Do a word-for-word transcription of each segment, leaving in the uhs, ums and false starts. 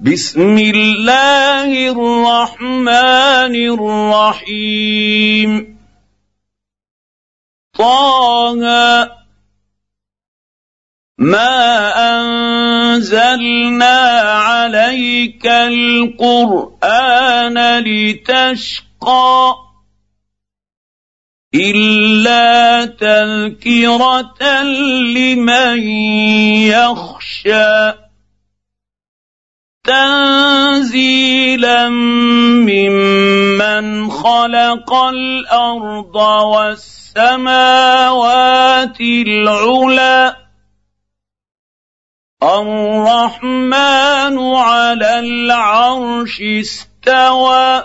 بسم الله الرحمن الرحيم طه ما أنزلنا عليك القرآن لتشقى إلا تذكرة لمن يخشى تنزيلا ممن خلق الأرض والسماوات العلى الرحمن على العرش استوى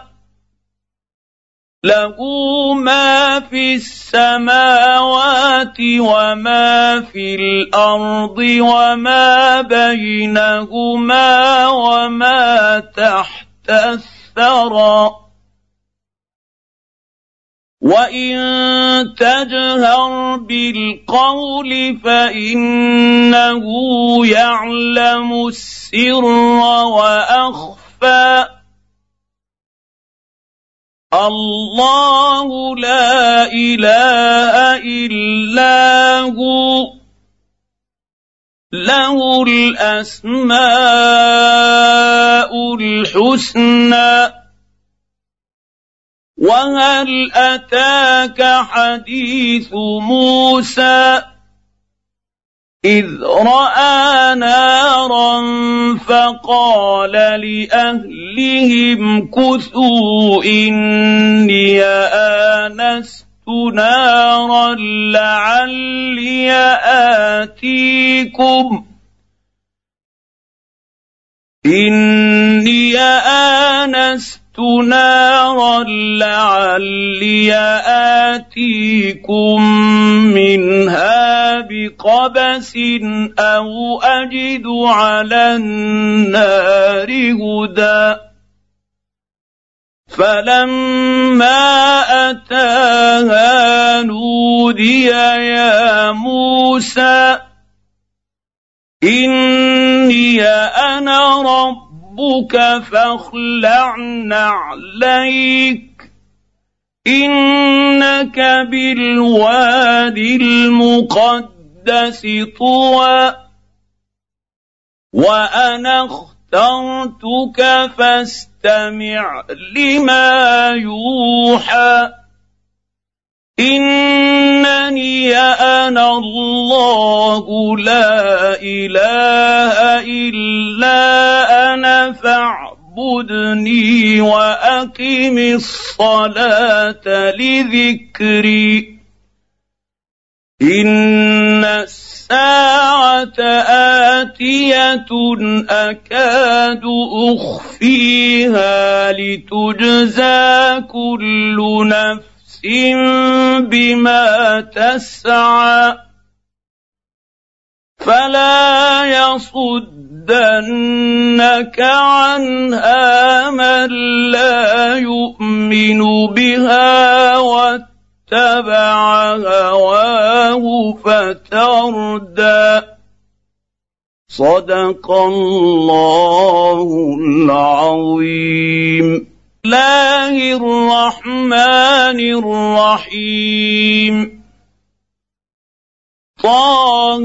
له ما في السماوات وما في الأرض وما بينهما وما تحت الثرى وإن تجهر بالقول فإنه يعلم السر وأخفى الله لا إله إلا هو له الأسماء الحسنى وهل أتاك حديث موسى إذ رأى نارا فقال لأهلهم كثوا إني آنست نارا لعلي آتيكم إني آنست نارا لعلي آتيكم منها بقبس أو أجد على النار هدى فلما أتاها نودي يا موسى إني أنا رب ربك فاخلع نعليك إنك بالوادي المقدس طوى وأنا اخترتك فاستمع لما يوحى إنني أنا الله لا إله إلا أنا فاعبدني وأقم الصلاة لذكري إن الساعة آتية أكاد أخفيها لتجزى كل نفس بما تسعى فلا يصدنك عنها من لا يؤمن بها واتبع هواه فتردى صدق الله العظيم بسم الله الرحمن الرحيم طه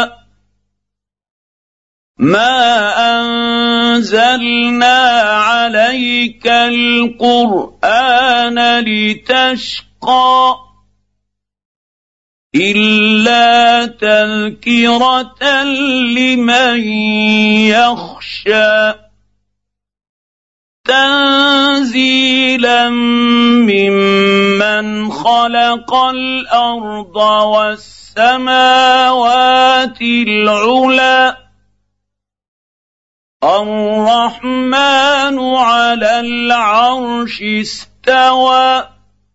ما أنزلنا عليك القرآن لتشقى إلا تذكرة لمن يخشى تنزيلا ممن خلق الأرض والسماوات العلى الرحمن على العرش استوى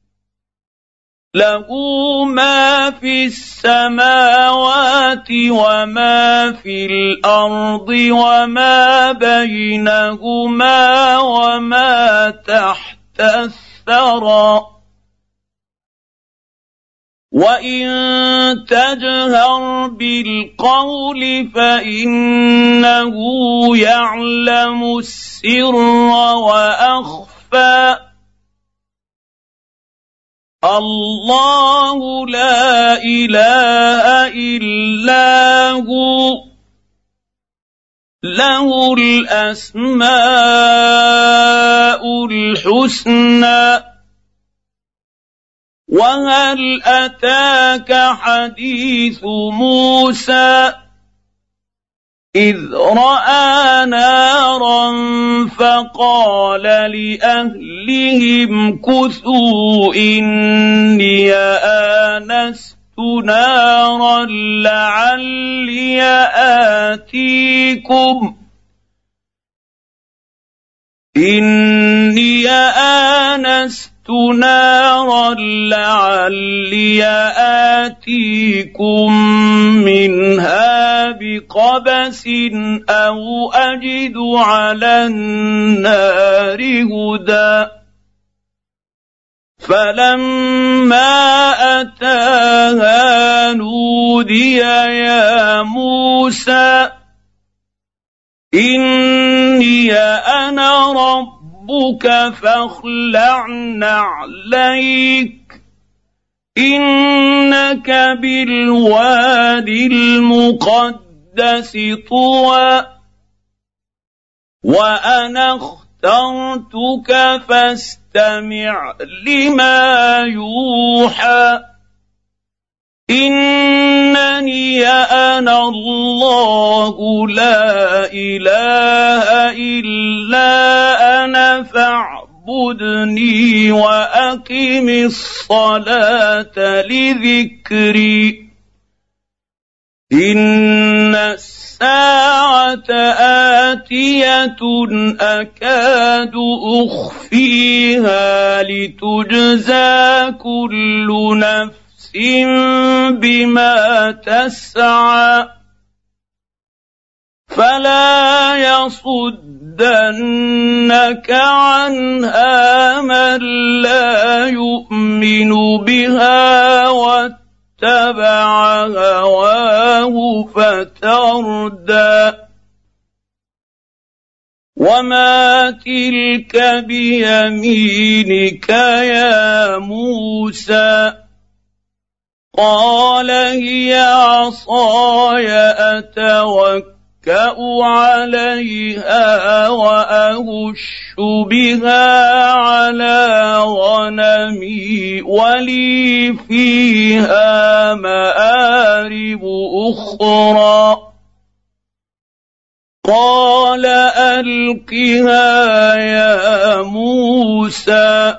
له ما في السماوات وما في الأرض وما بينهما وما تحت الثرى وان تجهر بالقول فانه يعلم السر واخفى الله لا اله الا هو له الاسماء الحسنى وهل اتاك حديث موسى اذ راى نارا فقال لاهلهم كثوا اني انست نارا لعلي آتيكم إني آنست نارا لعلي آتيكم منها بقبس أو أجد على النار هدى فلما أتاها نودي يا موسى إني أنا ربك فاخلع نعليك إنك بالوادي المقدس طوى وأنا اخترتك فاستمع لما يوحى إنني أنا الله لا إله إلا أنا فاعبدني وأقم الصلاة لذكري إن الساعة آتية أكاد أخفيها لتجزى كل نفس بما تسعى فلا يصدنك عنها من لا يؤمن بها واتبع هواه فتردى وما تلك بيمينك يا موسى قال هي عصاي أتوكأ عليها وأهش بها على غنمي ولي فيها مآرب أخرى قال ألقها يا موسى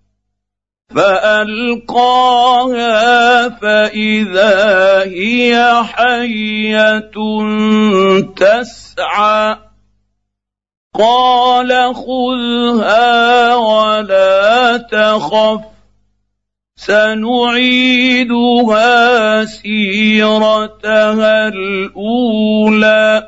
فألقاها فإذا هي حية تسعى قال خذها ولا تخف سنعيدها سيرتها الأولى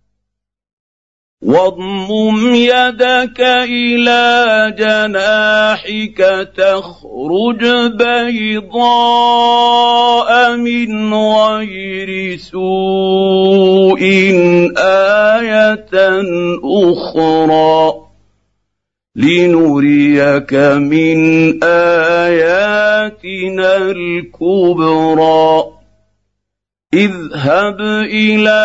واضمم يدك إلى جناحك تخرج بيضاء من غير سوء آية أخرى لنريك من آياتنا الكبرى اذهب إلى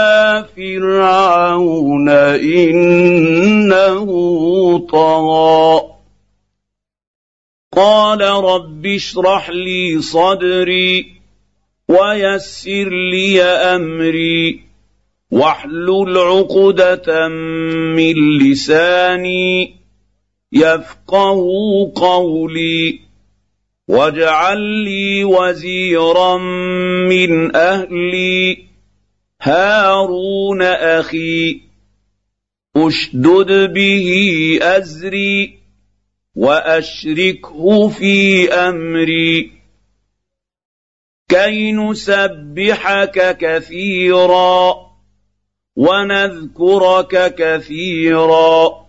فرعون إنه طغى قال رب اشرح لي صدري ويسر لي أمري واحلل عقدة من لساني يفقهوا قولي واجعل لي وزيرا من أهلي هارون أخي اشدد به أزري وأشركه في أمري كي نسبحك كثيرا ونذكرك كثيرا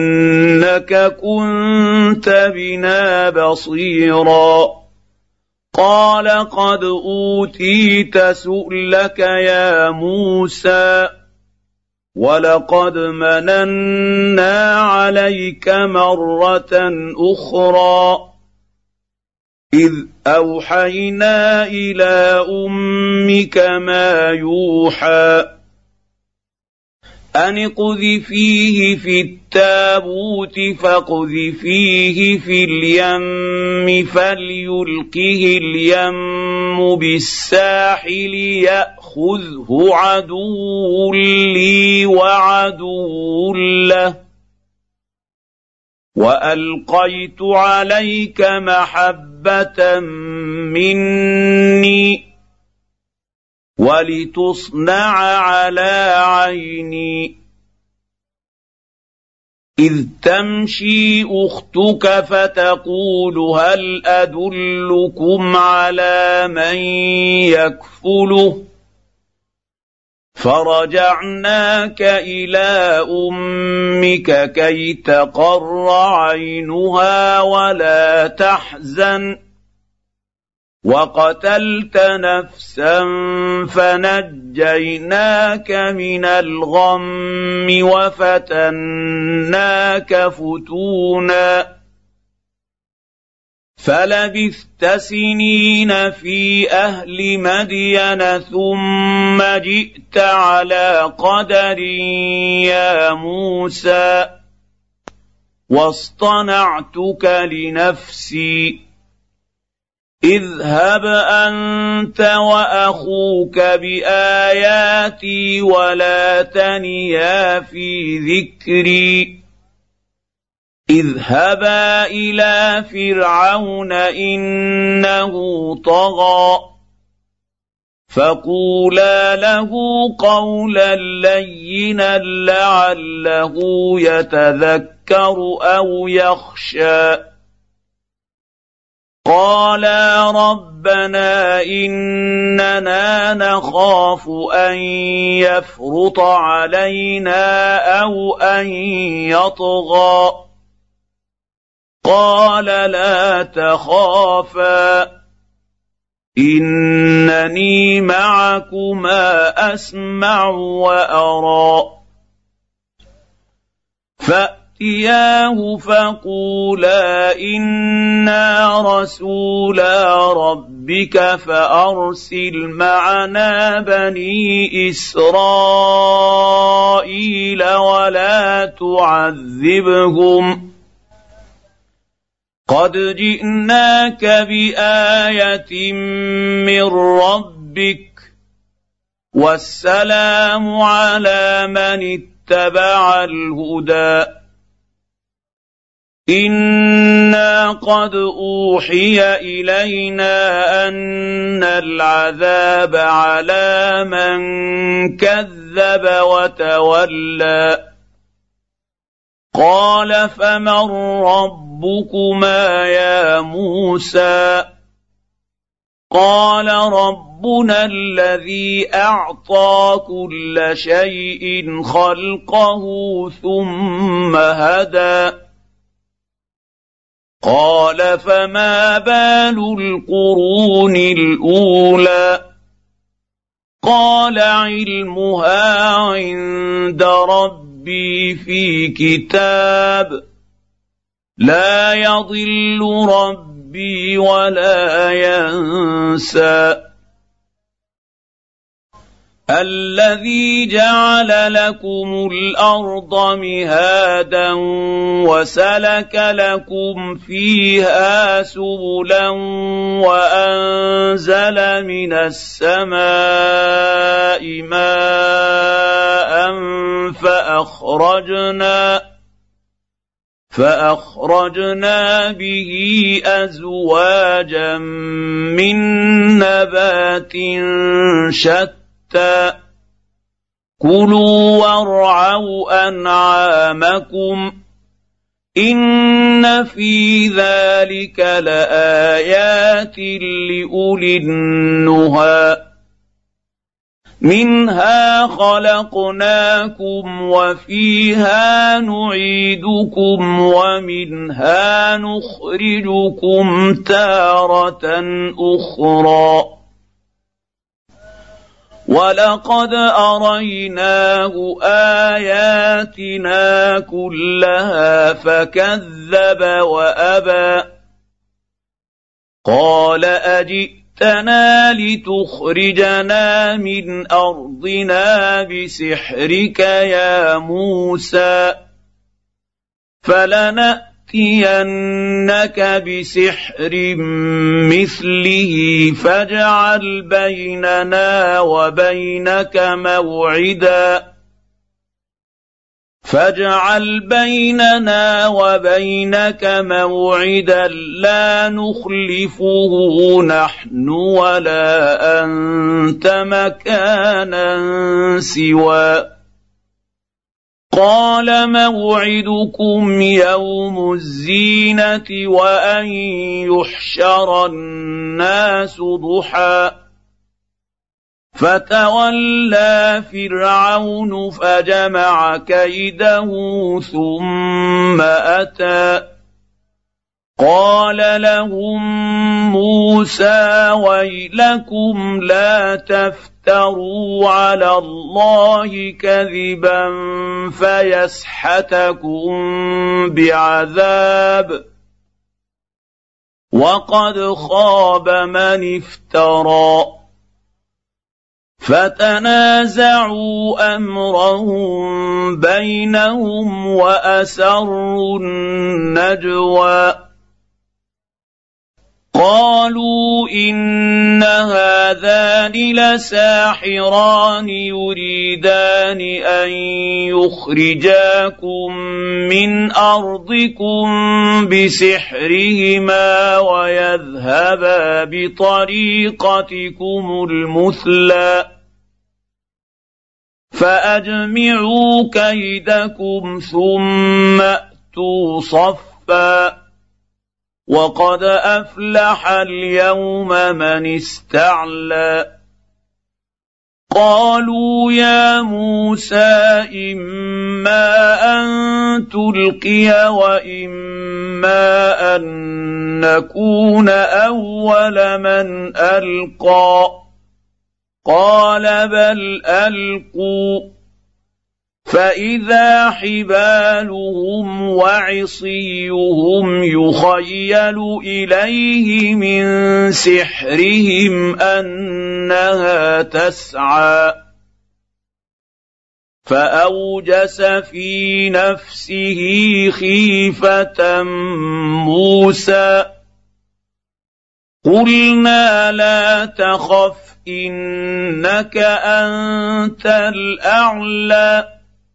إنك كنت بنا بصيرا قال قد أوتيت سؤلك يا موسى ولقد مننا عليك مرة أخرى إذ أوحينا إلى أمك ما يوحى أن اقذفيه في التابوت فاقذفيه في اليم فليلقه اليم بالساحل يأخذه عدو لي وعدو له وألقيت عليك محبة مني ولتصنع على عيني إذ تمشي أختك فتقول هل أدلكم على من يكفله فرجعناك إلى أمك كي تقر عينها ولا تحزن وقتلت نفسا فنجيناك من الغم وفتناك فتونا فلبثت سنين في أهل مدين ثم جئت على قدر يا موسى واصطنعتك لنفسي اذهب أنت وأخوك بآياتي ولا تنيا في ذكري اذهبا إلى فرعون إنه طغى فقولا له قولا لينا لعله يتذكر أو يخشى قالا ربنا إننا نخاف أن يفرط علينا أو أن يطغى قال لا تخافا إنني معكما أسمع وأرى فأتياه فقولا إنا رسولا ربك فأرسل معنا بني إسرائيل ولا تعذبهم قد جئناك بآية من ربك والسلام على من اتبع الهدى إنا قد أوحي إلينا أن العذاب على من كذب وتولى قال فمن ربكما يا موسى قال ربنا الذي أعطى كل شيء خلقه ثم هدى قال فما بال القرون الأولى قال علمها عند ربي في كتاب لا يضل ربي ولا ينسى الذي جعل لكم الأرض مهادا وسلك لكم فيها سبلا وأنزل من السماء ماء فأخرجنا فأخرجنا به أزواجا من نبات شتى كلوا وارعوا أنعامكم إن في ذلك لآيات لأولي النهى منها خلقناكم وفيها نعيدكم ومنها نخرجكم تارة أخرى ولقد أريناه آياتنا كلها فكذب وأبى قال أجئتنا لتخرجنا من أرضنا بسحرك يا موسى فلنأتينك بسحر مثله فاجعل بيننا وبينك موعدا فاجعل بيننا وبينك موعدا لا نخلفه نحن ولا أنت مكانا سوى قال موعدكم يوم الزينة وأن يحشر الناس ضحى فتولى فرعون فجمع كيده ثم أتى قال لهم موسى ويلكم لا تفتروا على الله كذبا فيسحتكم بعذاب وقد خاب من افترى فتنازعوا أمرهم بينهم وأسروا النجوى قالوا إن هذان لساحران يريدان أن يخرجاكم من أرضكم بسحرهما ويذهبا بطريقتكم المثلى فأجمعوا كيدكم ثم أتوا صفا وقد أفلح اليوم من استعلى قالوا يا موسى إما أن تلقي وإما أن نكون أول من ألقى قال بل ألقوا فإذا حبالهم وعصيهم يخيل إليه من سحرهم أنها تسعى فأوجس في نفسه خيفة موسى قلنا لا تخف إنك أنت الأعلى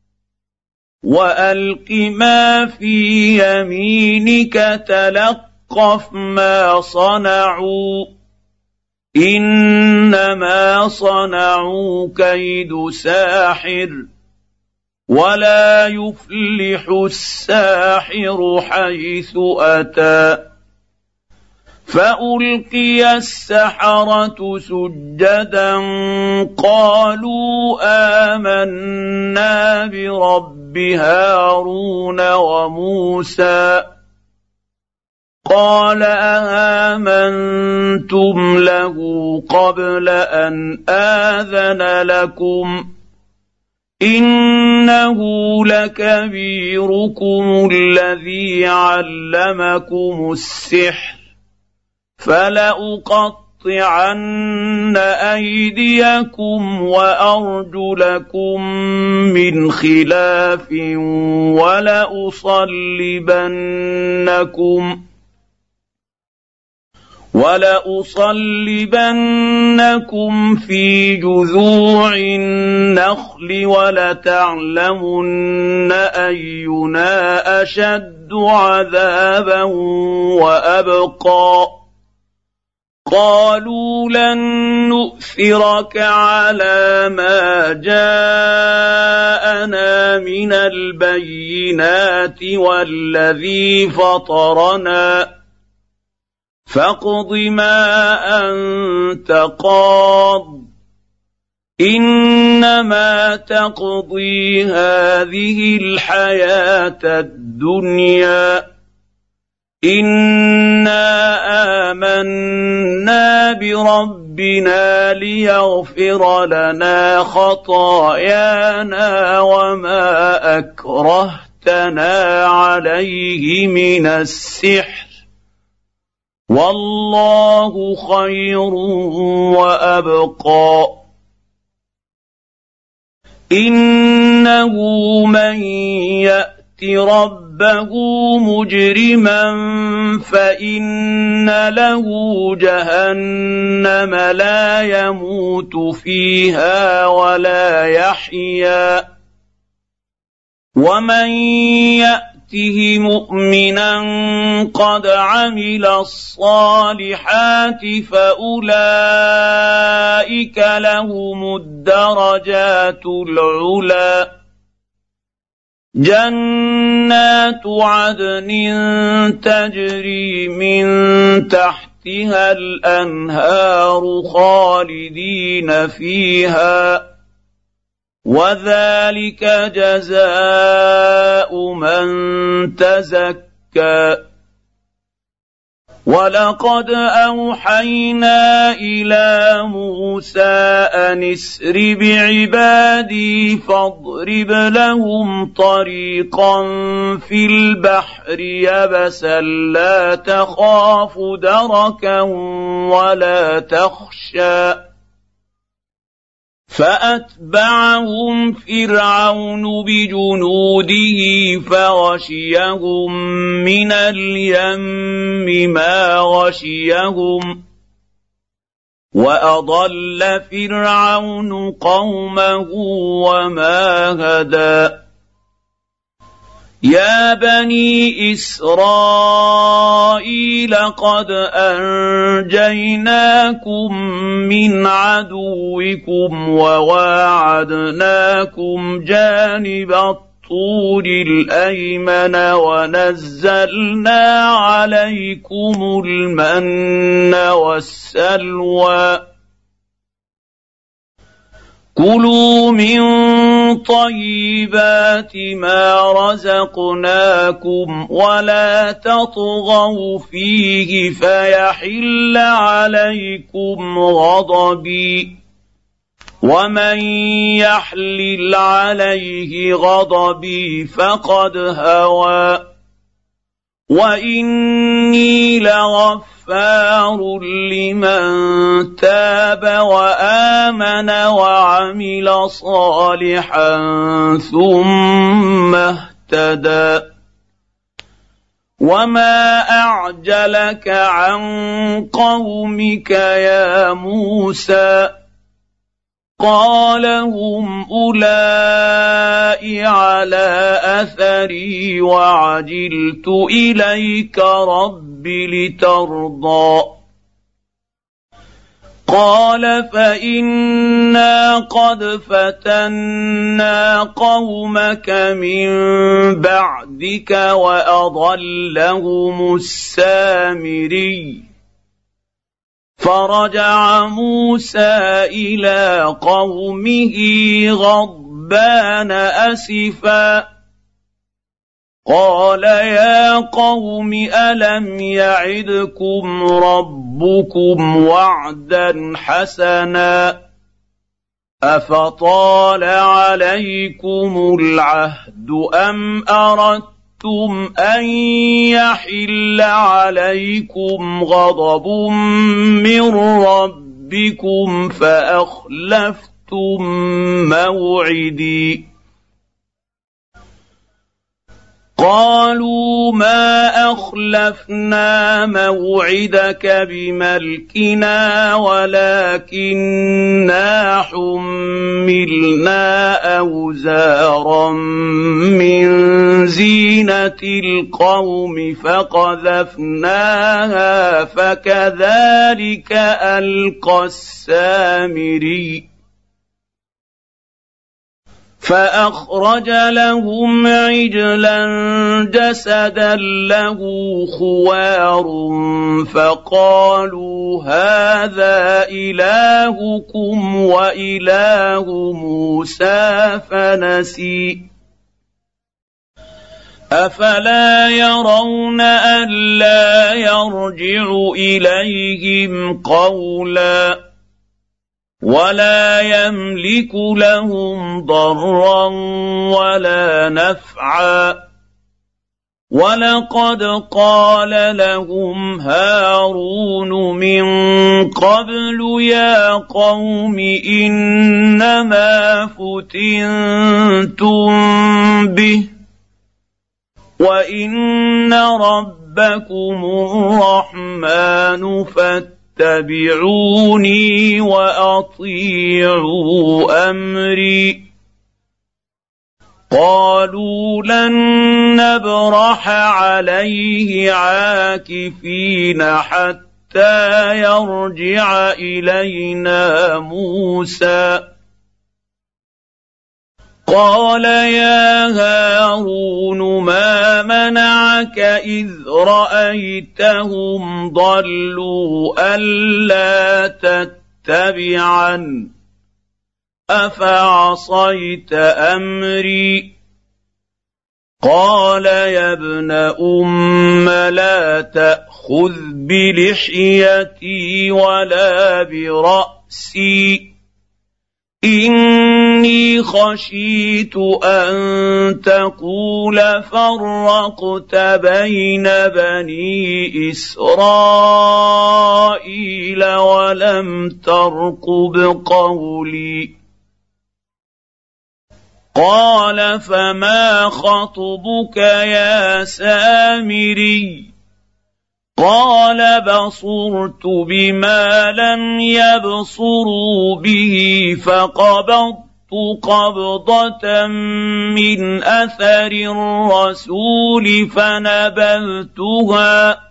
وألق ما في يمينك تلقف ما صنعوا إنما صنعوا كيد ساحر ولا يفلح الساحر حيث أتى فألقي السحرة سجدا قالوا آمنا برب هارون وموسى قال آمنتم له قبل أن آذن لكم إنه لكبيركم الذي علمكم السحر فلأقطعن أيديكم وأرجلكم من خلاف ولأصلبنكم ولأصلبنكم في جذوع النخل ولتعلمن أينا أشد عذابا وأبقى قالوا لن نؤثرك على ما جاءنا من البينات والذي فطرنا فاقض ما أنت قاض انما تقضي هذه الحياه الدنيا انا امنا بربنا ليغفر لنا خطايانا وما اكرهتنا عليه من السحر والله خير وابقى انه من يأت ربه مجرما فان له جهنم لا يموت فيها ولا يحيا ومن يأته مؤمنا قد عمل الصالحات فاولئك لهم الدرجات العلى جنات عدن تجري من تحتها الانهار خالدين فيها وذلك جزاء من تزكى ولقد اوحينا الى موسى ان اسر بعبادي فاضرب لهم طريقا في البحر يبسا لا تخاف دركا ولا تخشى فاتبعهم فرعون بجنوده فغشيهم من اليم ما غشيهم واضل فرعون قومه وما هدى يا بني اسرائيل قد انجيناكم من عدوكم وواعدناكم جانب الطور الايمن ونزلنا عليكم المن والسلوى كلوا من طيبات ما رزقناكم ولا تطغوا فيه فيحل عليكم غضبي ومن يحلل عليه غضبي فقد هوى واني لغفار لمن تاب وامن وعمل صالحا ثم اهتدى وما اعجلك عن قومك يا موسى قال هم اولئك على اثري وعجلت اليك رب لترضى قال فانا قد فتنا قومك من بعدك واضلهم السامري فرجع موسى الى قومه غضبان اسفا قال يا قوم الم يعدكم ربكم وعدا حسنا افطال عليكم العهد ام اردتم ان يحل عليكم غضب من ربكم فاخلفتم موعدي قالوا ما اخلفنا موعدك بملكنا ولكننا حملنا اوزارا من زينة القوم فقذفناها فكذلك القى السامري فأخرج لهم عجلا جسدا له خوار فقالوا هذا إلهكم وإله موسى فنسي أفلا يرون ألا يرجع إليهم قولا ولا يملك لهم ضرا ولا نفعا ولقد قال لهم هارون من قبل يا قوم إنما فتنتم به وإن ربكم الرحمن فاتبعوني وأطيعوا أمري قالوا لن نبرح عليه عاكفين حتى يرجع إلينا موسى قال يا هارون ما منعك إذ رأيتهم ضلوا ألا تتبعن أفعصيت أمري قال يا ابن أم لا تأخذ بلحيتي ولا برأسي إني خشيت أن تقول فرقت بين بني إسرائيل ولم ترقب قولي قال فما خطبك يا سامري قال بصرت بما لم يبصروا به فقبضت قبضة من أثر الرسول فنبذتها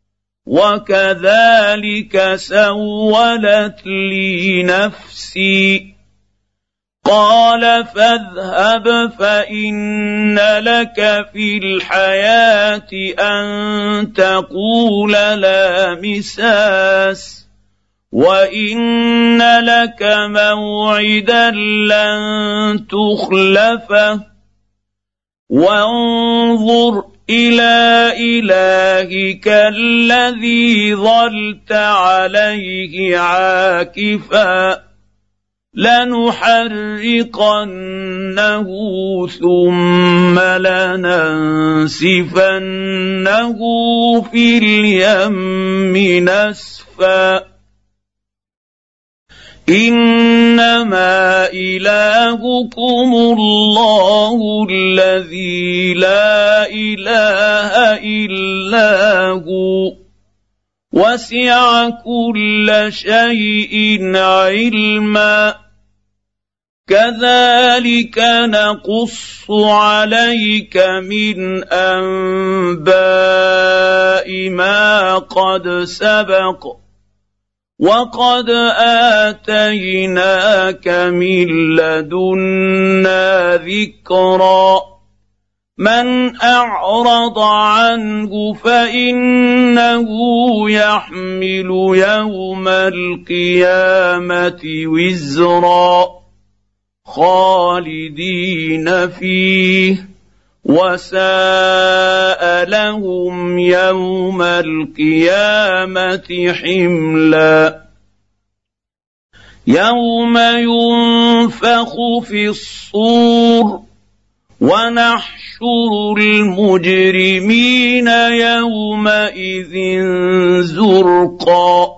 وكذلك سولت لي نفسي قال فاذهب فإن لك في الحياة أن تقول لا مساس وإن لك موعدا لن تخلفه وانظر إلى إلهك الذي ظلت عليه عاكفا لنحرقنه ثم لننسفنه في اليم نسفا إنما إلهكم الله الذي لا إله إلا هو وسع كل شيء علما كذلك نقص عليك من أنباء ما قد سبق وقد آتيناك من لدنا ذكرا من أعرض عنه فإنه يحمل يوم القيامة وزرا خالدين فيه وساء لهم يوم القيامة حملا يوم ينفخ في الصور ونحشر المجرمين يومئذ زرقا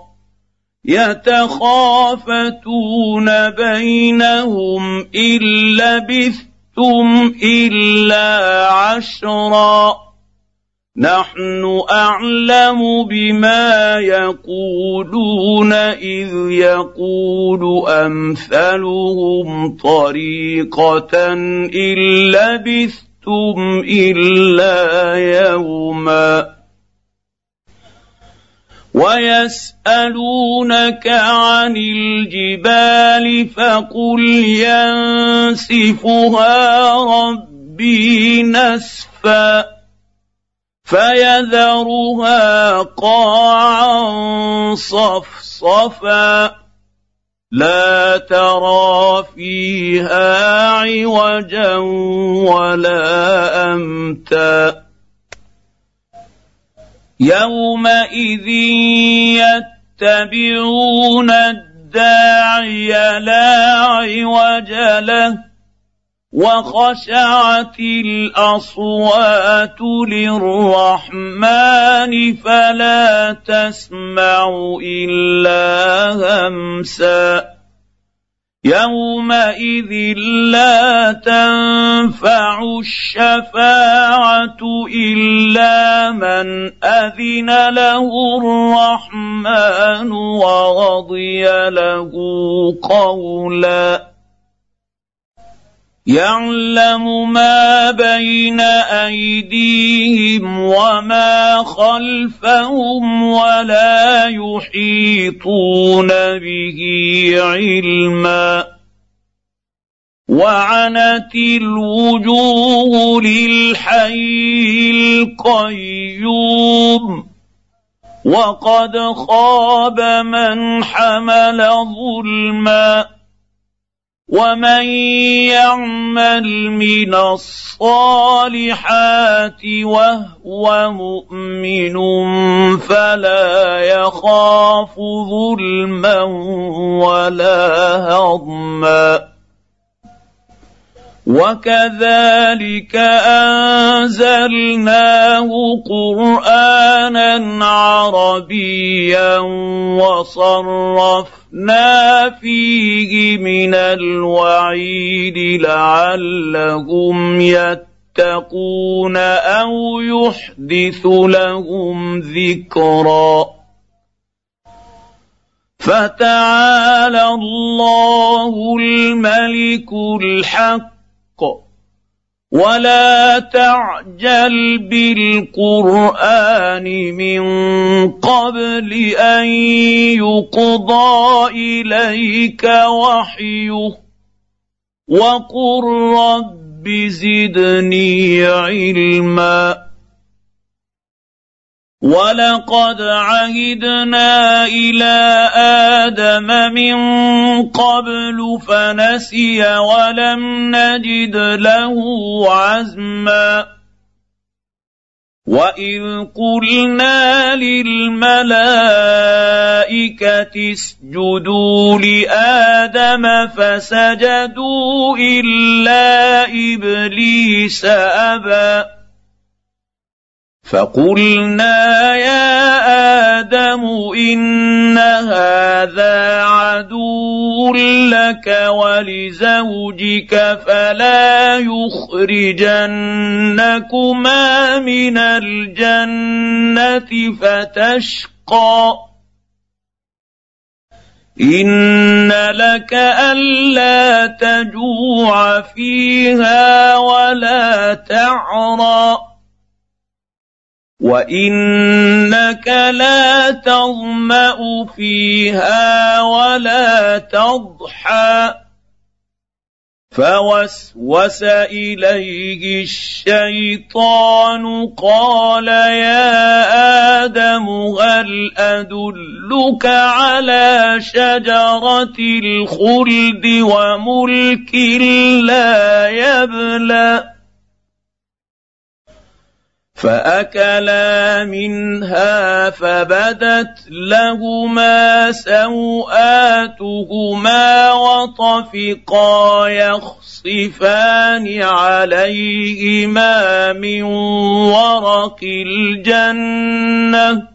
يتخافتون بينهم إن لبثتم إلا عشرا نحن أعلم بما يقولون إذ يقول أمثلهم طريقة إن لبثتم إلا يوما ويسألونك عن الجبال فقل ينسفها ربي نسفا فيذرها قاعا صفصفا لا ترى فيها عوجا ولا أمتا يومئذ يتبعون الداعي لا عوج له وخشعت الأصوات للرحمن فلا تسمع إلا همسا يومئذ لا تنفع الشفاعة إلا من أذن له الرحمن ورضي له قولا يعلم ما بين أيديهم وما خلفهم ولا يحيطون به علما وعنت الوجوه للحي القيوم وقد خاب من حمل ظلما ومن يعمل من الصالحات وهو مؤمن فلا يخاف ظلما ولا هضما وكذلك أنزلناه قرآنا عربيا وصرفنا فيه من الوعيد لعلهم يتقون أو يحدث لهم ذكرا فتعالى الله الملك الحق ولا تعجل بالقرآن من قبل أن يقضى إليك وحيه وقل رب زدني علما ولقد عهدنا إلى آدم من قبل فنسي ولم نجد له عزما وإذ قلنا للملائكة اسجدوا لآدم فسجدوا إلا إبليس أبى فقلنا يا آدم إن هذا عدو لك ولزوجك فلا يخرجنكما من الجنة فتشقى إن لك ألا تجوع فيها ولا تعرى وإنك لا تظمأ فيها ولا تضحى فوسوس إليه الشيطان قال يا آدم هل أدلك على شجرة الخلد وملك لا يبلى فأكلا منها فبدت لهما سوآتهما وطفقا يخصفان عليهما من ورق الجنة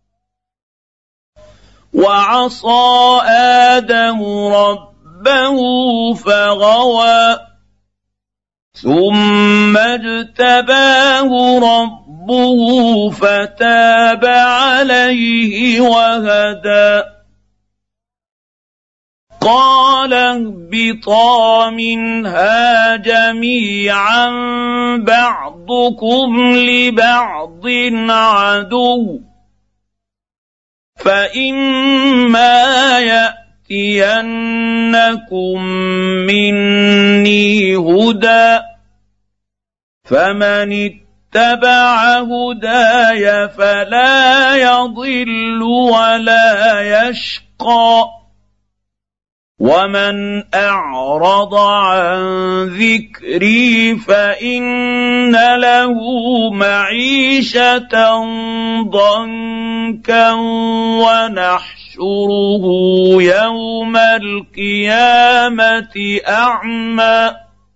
وعصى آدم ربه فغوى ثم اجتباه ربه فتاب عليه وهدى قال اهبطا منها جميعا بعضكم لبعض عدو فإما يأتينكم مني هدى فمن اتبع هداي فلا يضل ولا يشقى ومن أعرض عن ذكري فإن له معيشة ضنكا ونحشره يوم القيامة أعمى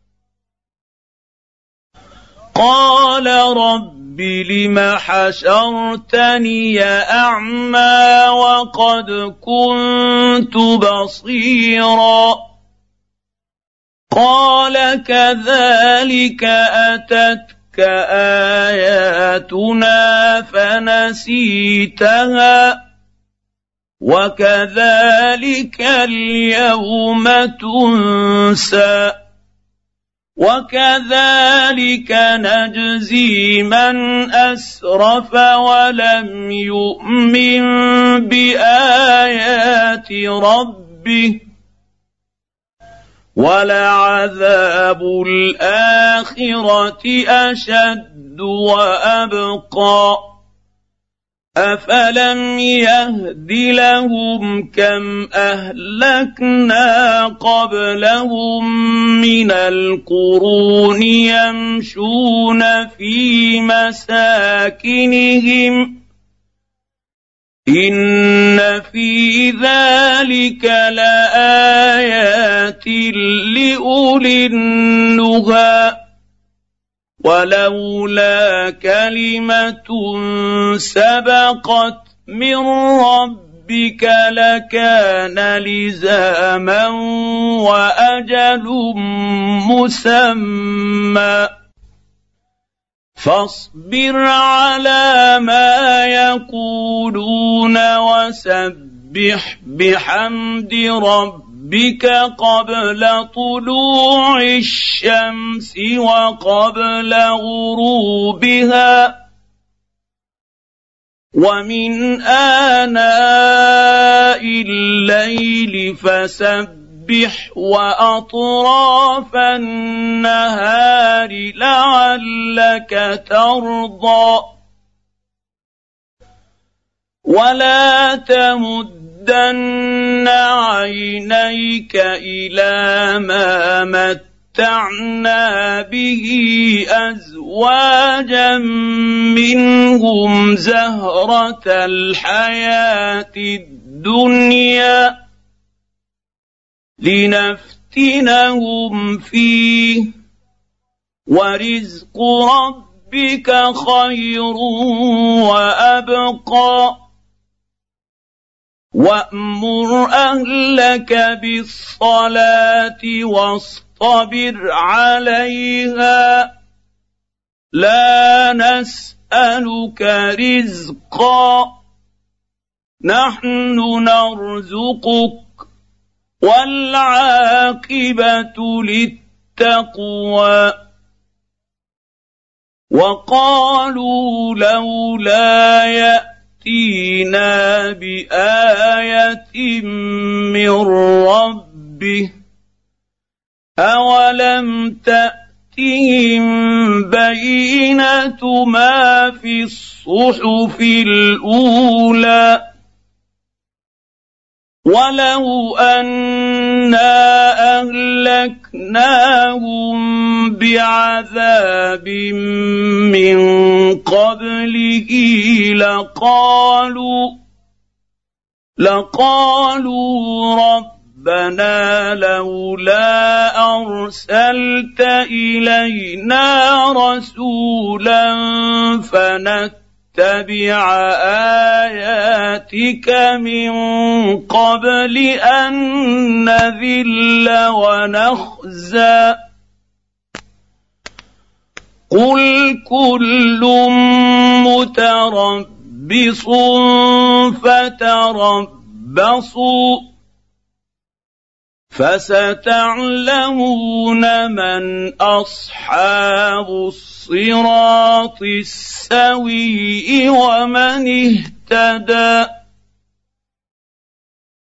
قال رب لم حشرتني أعمى وقد كنت بصيرا قال كذلك أتتك آياتنا فنسيتها وكذلك اليوم تنسى وكذلك نجزي من أسرف ولم يؤمن بآيات ربه ولعذاب الآخرة أشد وأبقى أفلم يهد لهم كم أهلكنا قبلهم من القرون يمشون في مساكنهم إن في ذلك لآيات لأولي النهى ولولا كلمة سبقت من ربك لكان لزاما وأجل مسمى فاصبر على ما يقولون وسبح بحمد ربك بك قبل طلوع الشمس وقبل غروبها ومن آناء الليل فسبح وأطراف النهار لعلك ترضى ولا تمد مدن عينيك إلى ما متعنا به أزواجا منهم زهرة الحياة الدنيا لنفتنهم فيه ورزق ربك خير وأبقى وأمر أهلك بالصلاة واصطبر عليها لا نسألك رزقا نحن نرزقك والعاقبة للتقوى وقالوا لولا يأتي يأتينا بآية من ربه أولم تأتهم بينة ما في الصحف الأولى ولو أنا أهلكناهم بعذاب من قبله لقالوا لقالوا ربنا لولا أرسلت إلينا رسولا فنتبع تبع آياتك من قبل أن نذل ونخزى قل كل متربص فتربصوا فستعلمون من أصحاب الصراط السوي ومن اهتدى